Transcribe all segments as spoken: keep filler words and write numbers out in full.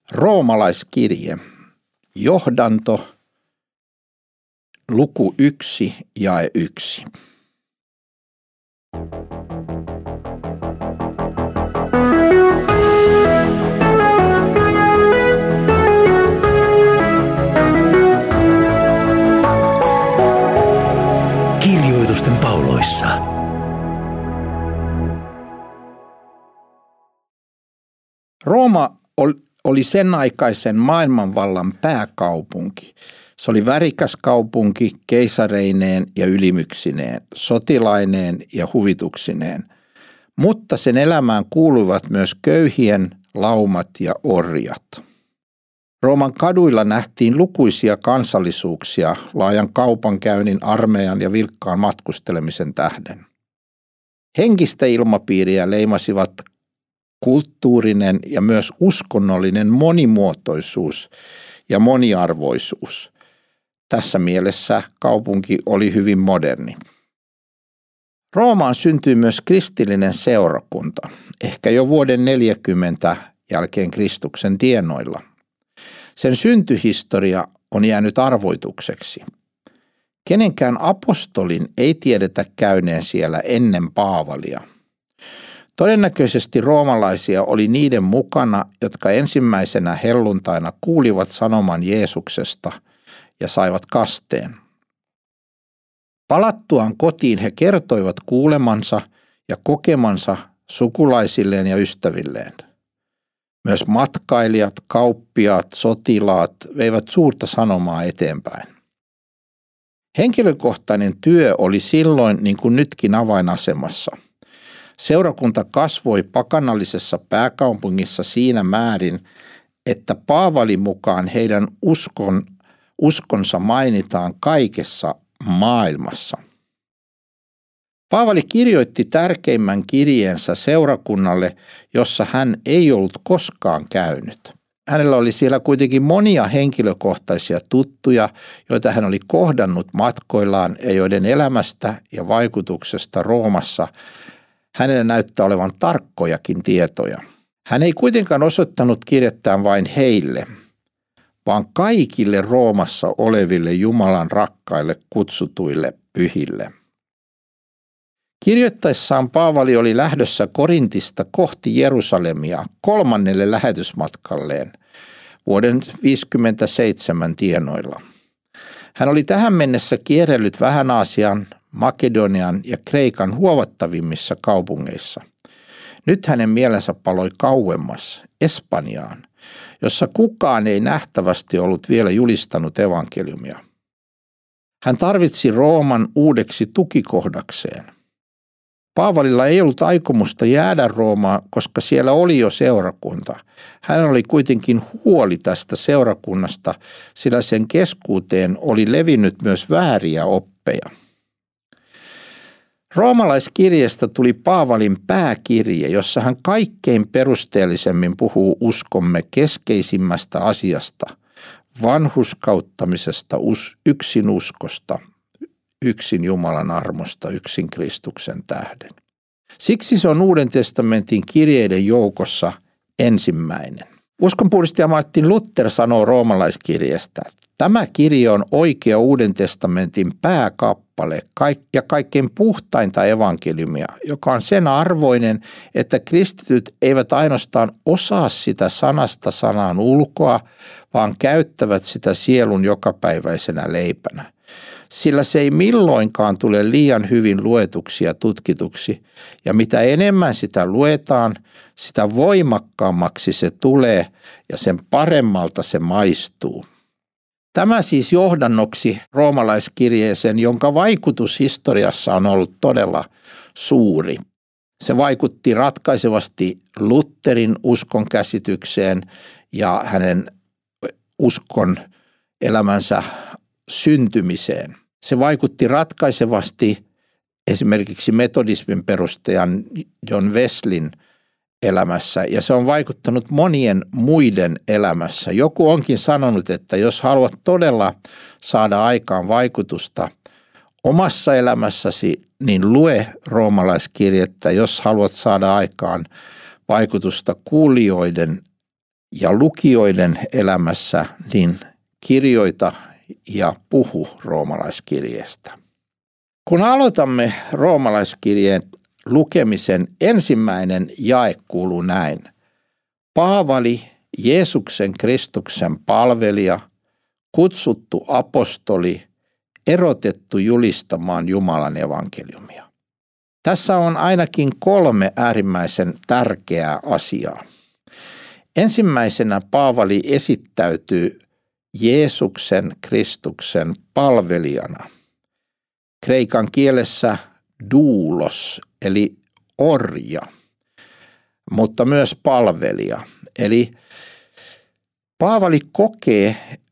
Roomalaiskirje, johdanto, luku yksi, jae yksi. Kirjoitusten pauloissa. Rooma oli sen aikaisen maailmanvallan pääkaupunki. Se oli värikäs kaupunki keisareineen ja ylimyksineen, sotilaineen ja huvituksineen. Mutta sen elämään kuuluivat myös köyhien laumat ja orjat. Rooman kaduilla nähtiin lukuisia kansallisuuksia laajan kaupankäynnin, armeijan ja vilkkaan matkustelemisen tähden. Henkistä ilmapiiriä leimasivat kulttuurinen ja myös uskonnollinen monimuotoisuus ja moniarvoisuus. Tässä mielessä kaupunki oli hyvin moderni. Roomaan syntyi myös kristillinen seurakunta, ehkä jo vuoden neljäkymmentä jälkeen Kristuksen tienoilla. Sen syntyhistoria on jäänyt arvoitukseksi. Kenenkään apostolin ei tiedetä käyneen siellä ennen Paavalia. Todennäköisesti roomalaisia oli niiden mukana, jotka ensimmäisenä helluntaina kuulivat sanoman Jeesuksesta ja saivat kasteen. Palattuaan kotiin he kertoivat kuulemansa ja kokemansa sukulaisilleen ja ystävilleen. Myös matkailijat, kauppiaat, sotilaat veivät suurta sanomaa eteenpäin. Henkilökohtainen työ oli silloin niin kuin nytkin avainasemassa. Seurakunta kasvoi pakanallisessa pääkaupungissa siinä määrin, että Paavalin mukaan heidän uskon, uskonsa mainitaan kaikessa maailmassa. Paavali kirjoitti tärkeimmän kirjeensä seurakunnalle, jossa hän ei ollut koskaan käynyt. Hänellä oli siellä kuitenkin monia henkilökohtaisia tuttuja, joita hän oli kohdannut matkoillaan ja joiden elämästä ja vaikutuksesta Roomassa hänellä näyttää olevan tarkkojakin tietoja. Hän ei kuitenkaan osoittanut kirjettään vain heille, vaan kaikille Roomassa oleville Jumalan rakkaille kutsutuille pyhille. Kirjoittaessaan Paavali oli lähdössä Korintista kohti Jerusalemia kolmannelle lähetysmatkalleen vuoden viisikymmentäseitsemän tienoilla. Hän oli tähän mennessä kierrellyt vähän Aasian, Makedonian ja Kreikan huomattavimmissa kaupungeissa. Nyt hänen mielensä paloi kauemmas, Espanjaan, jossa kukaan ei nähtävästi ollut vielä julistanut evankeliumia. Hän tarvitsi Rooman uudeksi tukikohdakseen. Paavalilla ei ollut aikomusta jäädä Roomaan, koska siellä oli jo seurakunta. Hän oli kuitenkin huoli tästä seurakunnasta, sillä sen keskuuteen oli levinnyt myös vääriä oppeja. Roomalaiskirjeestä tuli Paavalin pääkirje, jossa hän kaikkein perusteellisemmin puhuu uskomme keskeisimmästä asiasta, vanhurskauttamisesta, yksin uskosta, yksin Jumalan armosta, yksin Kristuksen tähden. Siksi se on Uuden testamentin kirjeiden joukossa ensimmäinen. Uskonpuhdistaja Martin Luther sanoo roomalaiskirjeestä, tämä kirje on oikea Uuden testamentin pääkappale ja kaikkein puhtainta evankeliumia, joka on sen arvoinen, että kristityt eivät ainoastaan osaa sitä sanasta sanaan ulkoa, vaan käyttävät sitä sielun jokapäiväisenä leipänä. Sillä se ei milloinkaan tule liian hyvin luetuksi ja tutkituksi, ja mitä enemmän sitä luetaan, sitä voimakkaammaksi se tulee ja sen paremmalta se maistuu. Tämä siis johdannoksi roomalaiskirjeeseen, jonka vaikutus historiassa on ollut todella suuri. Se vaikutti ratkaisevasti Lutherin uskonkäsitykseen ja hänen uskon elämänsä syntymiseen. Se vaikutti ratkaisevasti esimerkiksi metodismin perustajan John Wesleyn elämässä ja se on vaikuttanut monien muiden elämässä. Joku onkin sanonut, että jos haluat todella saada aikaan vaikutusta omassa elämässäsi, niin lue roomalaiskirjettä, jos haluat saada aikaan vaikutusta kuulijoiden ja lukijoiden elämässä, niin kirjoita ja puhu roomalaiskirjeestä. Kun aloitamme roomalaiskirjeen lukemisen, ensimmäinen jae kuuluu näin. Paavali, Jeesuksen Kristuksen palvelija, kutsuttu apostoli, erotettu julistamaan Jumalan evankeliumia. Tässä on ainakin kolme äärimmäisen tärkeää asiaa. Ensimmäisenä Paavali esittäytyy Jeesuksen Kristuksen palvelijana. Kreikan kielessä doulos eli orja, mutta myös palvelija. Eli Paavali kokee,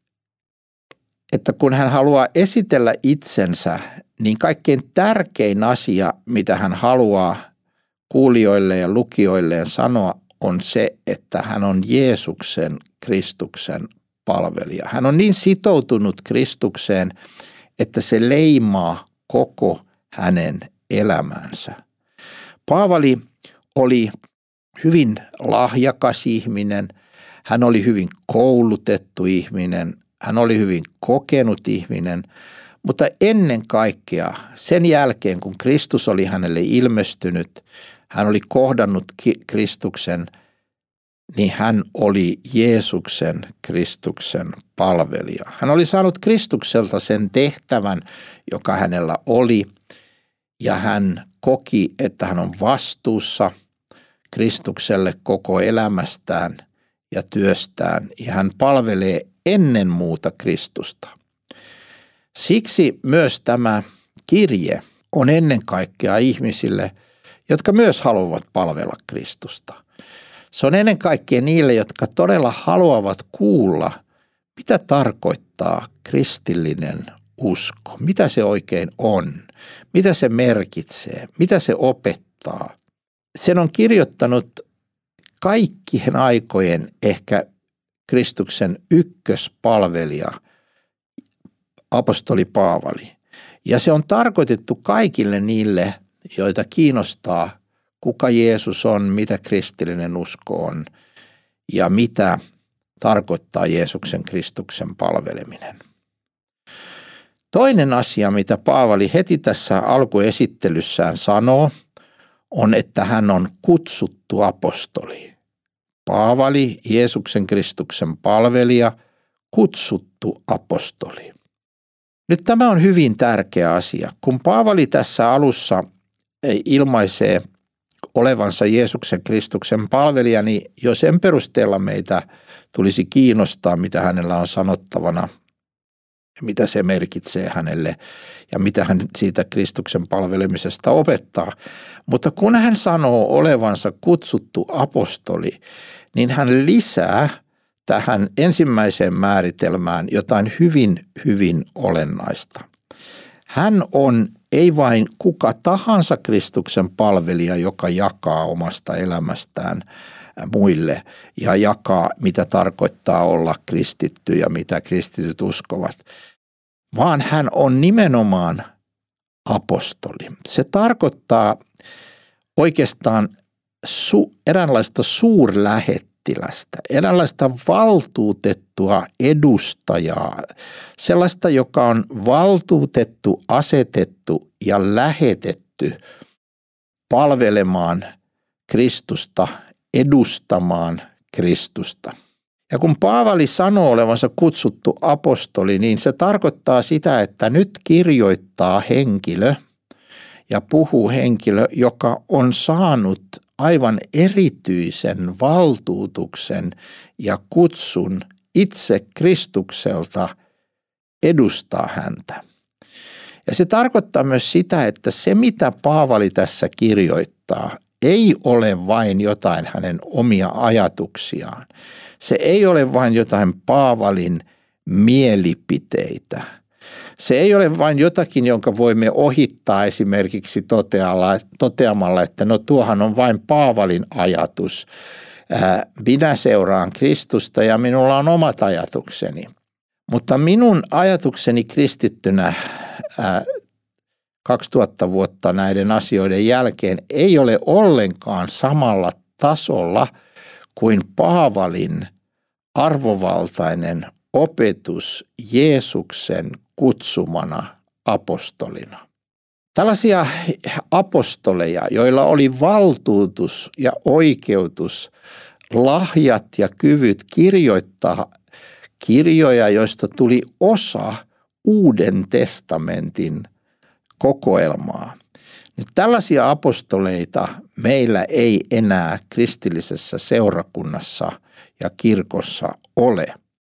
että kun hän haluaa esitellä itsensä, niin kaikkein tärkein asia, mitä hän haluaa kuulijoille ja lukijoilleen sanoa, on se, että hän on Jeesuksen Kristuksen palvelija. Hän on niin sitoutunut Kristukseen, että se leimaa koko hänen elämänsä. Paavali oli hyvin lahjakas ihminen, hän oli hyvin koulutettu ihminen, hän oli hyvin kokenut ihminen, mutta ennen kaikkea sen jälkeen, kun Kristus oli hänelle ilmestynyt, hän oli kohdannut Kristuksen, niin hän oli Jeesuksen Kristuksen palvelija. Hän oli saanut Kristukselta sen tehtävän, joka hänellä oli, ja hän koki, että hän on vastuussa Kristukselle koko elämästään ja työstään, ja hän palvelee ennen muuta Kristusta. Siksi myös tämä kirje on ennen kaikkea ihmisille, jotka myös haluavat palvella Kristusta. Se on ennen kaikkea niille, jotka todella haluavat kuulla, mitä tarkoittaa kristillinen usko, mitä se oikein on, mitä se merkitsee, mitä se opettaa. Sen on kirjoittanut kaikkien aikojen ehkä Kristuksen ykköspalvelija, apostoli Paavali. Ja se on tarkoitettu kaikille niille, joita kiinnostaa, kuka Jeesus on, mitä kristillinen usko on ja mitä tarkoittaa Jeesuksen Kristuksen palveleminen. Toinen asia, mitä Paavali heti tässä alkuesittelyssään sanoo, on, että hän on kutsuttu apostoli. Paavali, Jeesuksen Kristuksen palvelija, kutsuttu apostoli. Nyt tämä on hyvin tärkeä asia. Kun Paavali tässä alussa ilmaisee olevansa Jeesuksen Kristuksen palvelija, niin jo sen perusteella meitä tulisi kiinnostaa, mitä hänellä on sanottavana, mitä se merkitsee hänelle ja mitä hän siitä Kristuksen palvelemisesta opettaa. Mutta kun hän sanoo olevansa kutsuttu apostoli, niin hän lisää tähän ensimmäiseen määritelmään jotain hyvin, hyvin olennaista. Hän on ei vain kuka tahansa Kristuksen palvelija, joka jakaa omasta elämästään muille ja jakaa, mitä tarkoittaa olla kristitty ja mitä kristityt uskovat, vaan hän on nimenomaan apostoli. Se tarkoittaa oikeastaan su- eräänlaista suurlähettilästä, eräänlaista valtuutettua edustajaa, sellaista, joka on valtuutettu, asetettu ja lähetetty palvelemaan Kristusta, edustamaan Kristusta. Ja kun Paavali sanoo olevansa kutsuttu apostoli, niin se tarkoittaa sitä, että nyt kirjoittaa henkilö ja puhuu henkilö, joka on saanut aivan erityisen valtuutuksen ja kutsun itse Kristukselta edustaa häntä. Ja se tarkoittaa myös sitä, että se mitä Paavali tässä kirjoittaa ei ole vain jotain hänen omia ajatuksiaan. Se ei ole vain jotain Paavalin mielipiteitä. Se ei ole vain jotakin, jonka voimme ohittaa esimerkiksi toteamalla, että no tuohan on vain Paavalin ajatus. Minä seuraan Kristusta ja minulla on omat ajatukseni. Mutta minun ajatukseni kristittynä kaksituhatta vuotta näiden asioiden jälkeen ei ole ollenkaan samalla tasolla kuin Paavalin arvovaltainen opetus Jeesuksen kutsumana apostolina. Tällaisia apostoleja, joilla oli valtuutus ja oikeutus, lahjat ja kyvyt kirjoittaa kirjoja, joista tuli osa Uuden testamentin kokoelmaa. Tällaisia apostoleita meillä ei enää kristillisessä seurakunnassa ja kirkossa ole.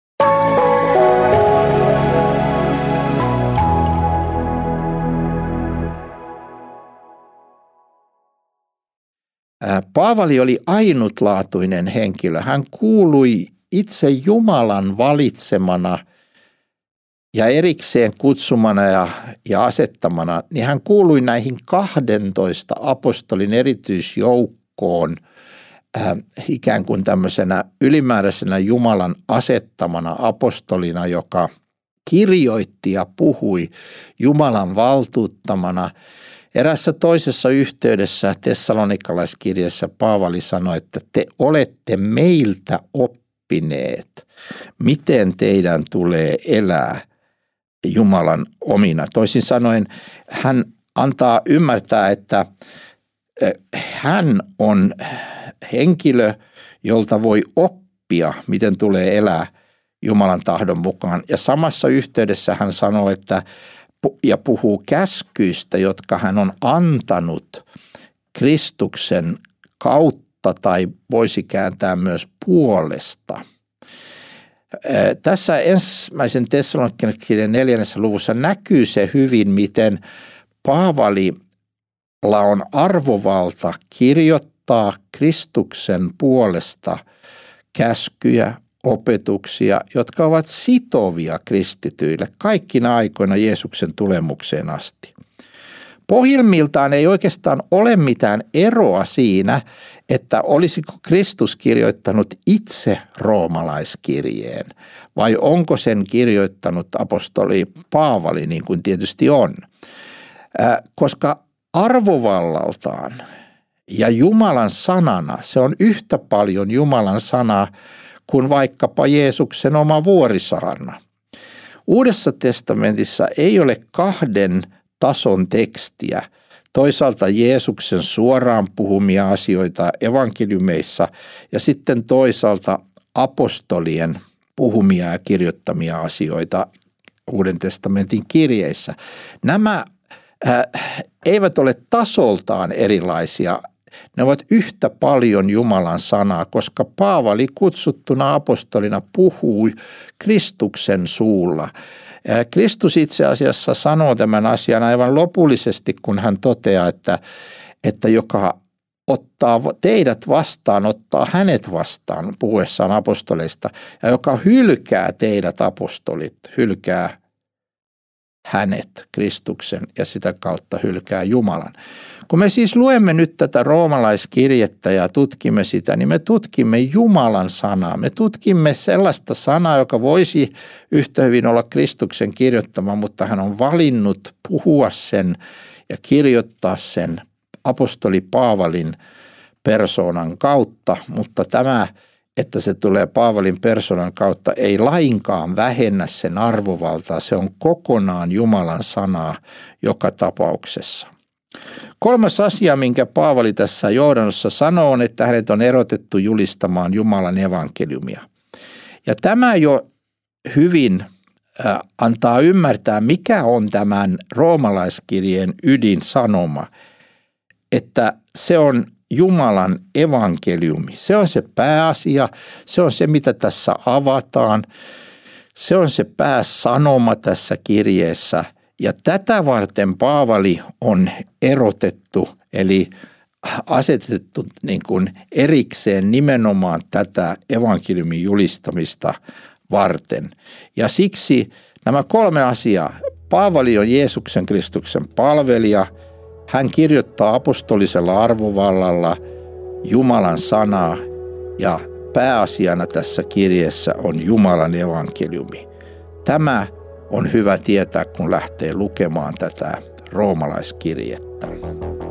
Paavali oli ainutlaatuinen henkilö. Hän kuului itse Jumalan valitsemana ja erikseen kutsumana ja, ja asettamana, niin hän kuului näihin kahdentoista apostolin erityisjoukkoon äh, ikään kuin tämmöisenä ylimääräisenä Jumalan asettamana apostolina, joka kirjoitti ja puhui Jumalan valtuuttamana. Erässä toisessa yhteydessä Tessalonikalaiskirjassa Paavali sanoi, että te olette meiltä oppineet, miten teidän tulee elää Jumalan omina. Toisin sanoen hän antaa ymmärtää, että hän on henkilö, jolta voi oppia, miten tulee elää Jumalan tahdon mukaan. Ja samassa yhteydessä hän sanoo, että ja puhuu käskyistä, jotka hän on antanut Kristuksen kautta tai voisi kääntää myös puolesta. Tässä ensimmäisen Tessalonikalaiskirjan neljännessä luvussa näkyy se hyvin, miten Paavalilla on arvovalta kirjoittaa Kristuksen puolesta käskyjä, opetuksia, jotka ovat sitovia kristityille kaikkina aikoina Jeesuksen tulemukseen asti. Pohjimmiltaan ei oikeastaan ole mitään eroa siinä, että olisiko Kristus kirjoittanut itse roomalaiskirjeen vai onko sen kirjoittanut apostoli Paavali, niin kuin tietysti on. Äh, koska arvovallaltaan ja Jumalan sanana se on yhtä paljon Jumalan sanaa kuin vaikkapa Jeesuksen oma vuorisaarna. Uudessa testamentissa ei ole kahden tason tekstiä. Toisaalta Jeesuksen suoraan puhumia asioita evankeliumeissa ja sitten toisaalta apostolien puhumia ja kirjoittamia asioita Uuden testamentin kirjeissä. Nämä äh, eivät ole tasoltaan erilaisia. Ne ovat yhtä paljon Jumalan sanaa, koska Paavali kutsuttuna apostolina puhui Kristuksen suulla. Kristus itse asiassa sanoo tämän asian aivan lopullisesti, kun hän toteaa, että, että joka ottaa teidät vastaan, ottaa hänet vastaan puhuessaan apostoleista, ja joka hylkää teidät apostolit, hylkää hänet, Kristuksen, ja sitä kautta hylkää Jumalan. Kun me siis luemme nyt tätä roomalaiskirjettä ja tutkimme sitä, niin me tutkimme Jumalan sanaa. Me tutkimme sellaista sanaa, joka voisi yhtä hyvin olla Kristuksen kirjoittama, mutta hän on valinnut puhua sen ja kirjoittaa sen apostoli Paavalin persoonan kautta, mutta tämä, että se tulee Paavalin persoonan kautta, ei lainkaan vähennä sen arvovaltaa. Se on kokonaan Jumalan sanaa joka tapauksessa. Kolmas asia, minkä Paavali tässä johdannossa sanoo, on, että hänet on erotettu julistamaan Jumalan evankeliumia. Ja tämä jo hyvin äh, antaa ymmärtää, mikä on tämän roomalaiskirjeen ydinsanoma, että se on Jumalan evankeliumi. Se on se pääasia, se on se, mitä tässä avataan, se on se pääsanoma tässä kirjeessä. Ja tätä varten Paavali on erotettu, eli asetettu niin kuin erikseen nimenomaan tätä evankeliumin julistamista varten. Ja siksi nämä kolme asiaa. Paavali on Jeesuksen Kristuksen palvelija. Hän kirjoittaa apostolisella arvovallalla Jumalan sanaa ja pääasiana tässä kirjeessä on Jumalan evankeliumi. Tämä on hyvä tietää, kun lähtee lukemaan tätä roomalaiskirjettä.